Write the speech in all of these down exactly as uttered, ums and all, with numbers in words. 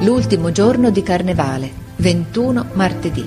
L'ultimo giorno di Carnevale, ventuno martedì.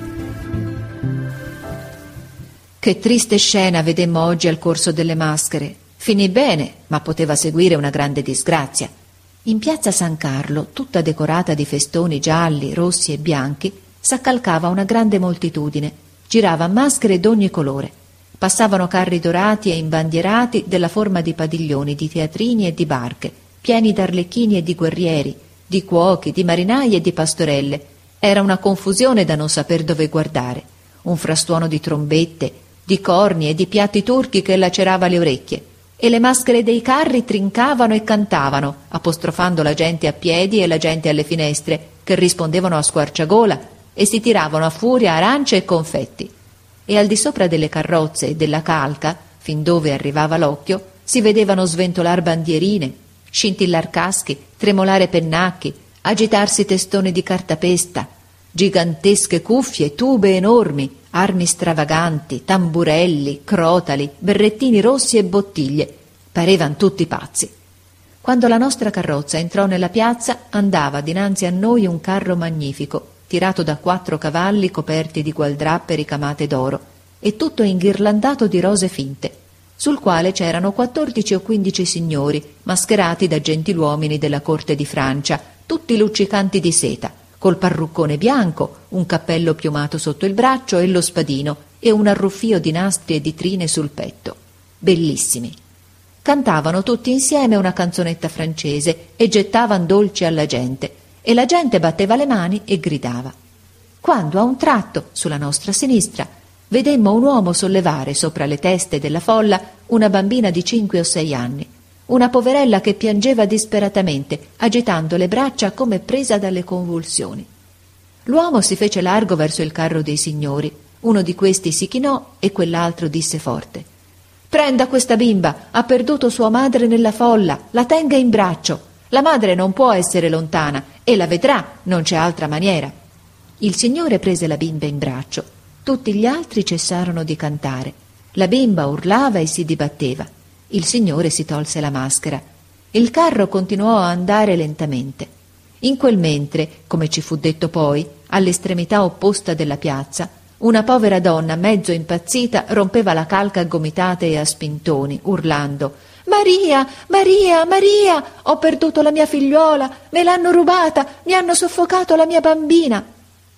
Che triste scena vedemmo oggi al corso delle maschere. Finì bene, ma poteva seguire una grande disgrazia. In piazza San Carlo, tutta decorata di festoni gialli, rossi e bianchi, s'accalcava una grande moltitudine. Girava maschere d'ogni colore. Passavano carri dorati e imbandierati della forma di padiglioni, di teatrini e di barche, pieni d'arlecchini e di guerrieri, di cuochi, di marinai e di pastorelle. Era una confusione da non saper dove guardare, un frastuono di trombette, di corni e di piatti turchi che lacerava le orecchie, e le maschere dei carri trincavano e cantavano, apostrofando la gente a piedi e la gente alle finestre, che rispondevano a squarciagola e si tiravano a furia arance e confetti. E al di sopra delle carrozze e della calca, fin dove arrivava l'occhio, si vedevano sventolar bandierine, scintillar caschi, tremolare pennacchi, agitarsi testoni di cartapesta, gigantesche cuffie, tube enormi, armi stravaganti, tamburelli, crotali, berrettini rossi e bottiglie. Parevan tutti pazzi. Quando la nostra carrozza entrò nella piazza, andava dinanzi a noi un carro magnifico, tirato da quattro cavalli coperti di gualdrappe ricamate d'oro, e tutto inghirlandato di rose finte, sul quale c'erano quattordici o quindici signori, mascherati da gentiluomini della corte di Francia, tutti luccicanti di seta, col parruccone bianco, un cappello piumato sotto il braccio e lo spadino, e un arruffio di nastri e di trine sul petto. Bellissimi. Cantavano tutti insieme una canzonetta francese e gettavan dolci alla gente, e la gente batteva le mani e gridava. Quando a un tratto, sulla nostra sinistra, vedemmo un uomo sollevare sopra le teste della folla una bambina di cinque o sei anni, una poverella che piangeva disperatamente, agitando le braccia come presa dalle convulsioni. L'uomo si fece largo verso il carro dei signori. Uno di questi si chinò e quell'altro disse forte: «Prenda questa bimba, ha perduto sua madre nella folla, la tenga in braccio. La madre non può essere lontana e la vedrà, non c'è altra maniera». Il signore prese la bimba in braccio. Tutti gli altri cessarono di cantare. La bimba urlava e si dibatteva. Il signore si tolse la maschera. Il carro continuò a andare lentamente. In quel mentre, come ci fu detto poi, all'estremità opposta della piazza, una povera donna mezzo impazzita rompeva la calca a gomitate e a spintoni, urlando: «Maria, Maria, Maria! Ho perduto la mia figliuola! Me l'hanno rubata! Mi hanno soffocato la mia bambina!»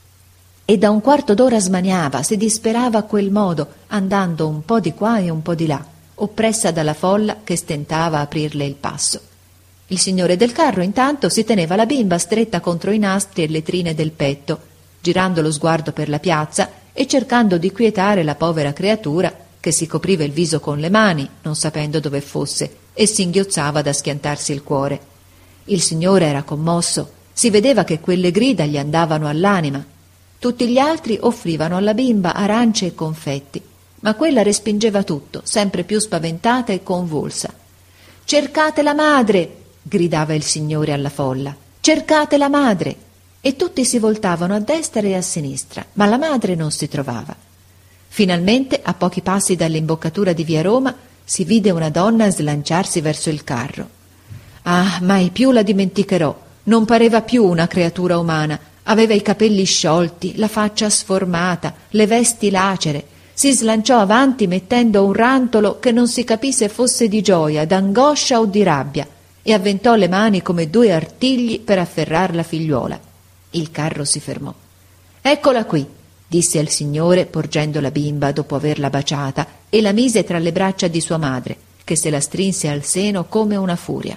E da un quarto d'ora smaniava, si disperava a quel modo, andando un po' di qua e un po' di là, oppressa dalla folla che stentava a aprirle il passo. Il signore del carro intanto si teneva la bimba stretta contro i nastri e le trine del petto, girando lo sguardo per la piazza e cercando di quietare la povera creatura che si copriva il viso con le mani, non sapendo dove fosse, e singhiozzava da schiantarsi il cuore. Il signore era commosso, si vedeva che quelle grida gli andavano all'anima. Tutti gli altri offrivano alla bimba arance e confetti, ma quella respingeva tutto, sempre più spaventata e convulsa. «Cercate la madre!» gridava il signore alla folla. «Cercate la madre!» E tutti si voltavano a destra e a sinistra, ma la madre non si trovava. Finalmente, a pochi passi dall'imboccatura di via Roma, si vide una donna slanciarsi verso il carro. Ah, mai più la dimenticherò! Non pareva più una creatura umana. Aveva i capelli sciolti, la faccia sformata, le vesti lacere. Si slanciò avanti mettendo un rantolo che non si capì se fosse di gioia, d'angoscia o di rabbia, e avventò le mani come due artigli per afferrar la figliuola. Il carro si fermò. «Eccola qui», disse al signore, porgendo la bimba dopo averla baciata, e la mise tra le braccia di sua madre, che se la strinse al seno come una furia.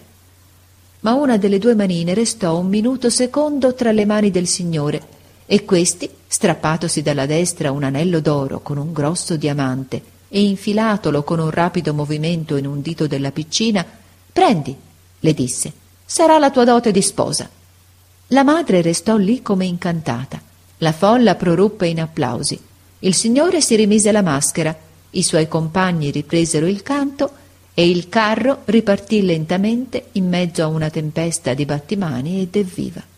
Ma una delle due manine restò un minuto secondo tra le mani del signore, e questi, strappatosi dalla destra un anello d'oro con un grosso diamante e infilatolo con un rapido movimento in un dito della piccina: «Prendi», le disse, «sarà la tua dote di sposa». La madre restò lì come incantata. La folla proruppe in applausi. Il signore si rimise la maschera, i suoi compagni ripresero il canto e il carro ripartì lentamente in mezzo a una tempesta di battimani ed evviva.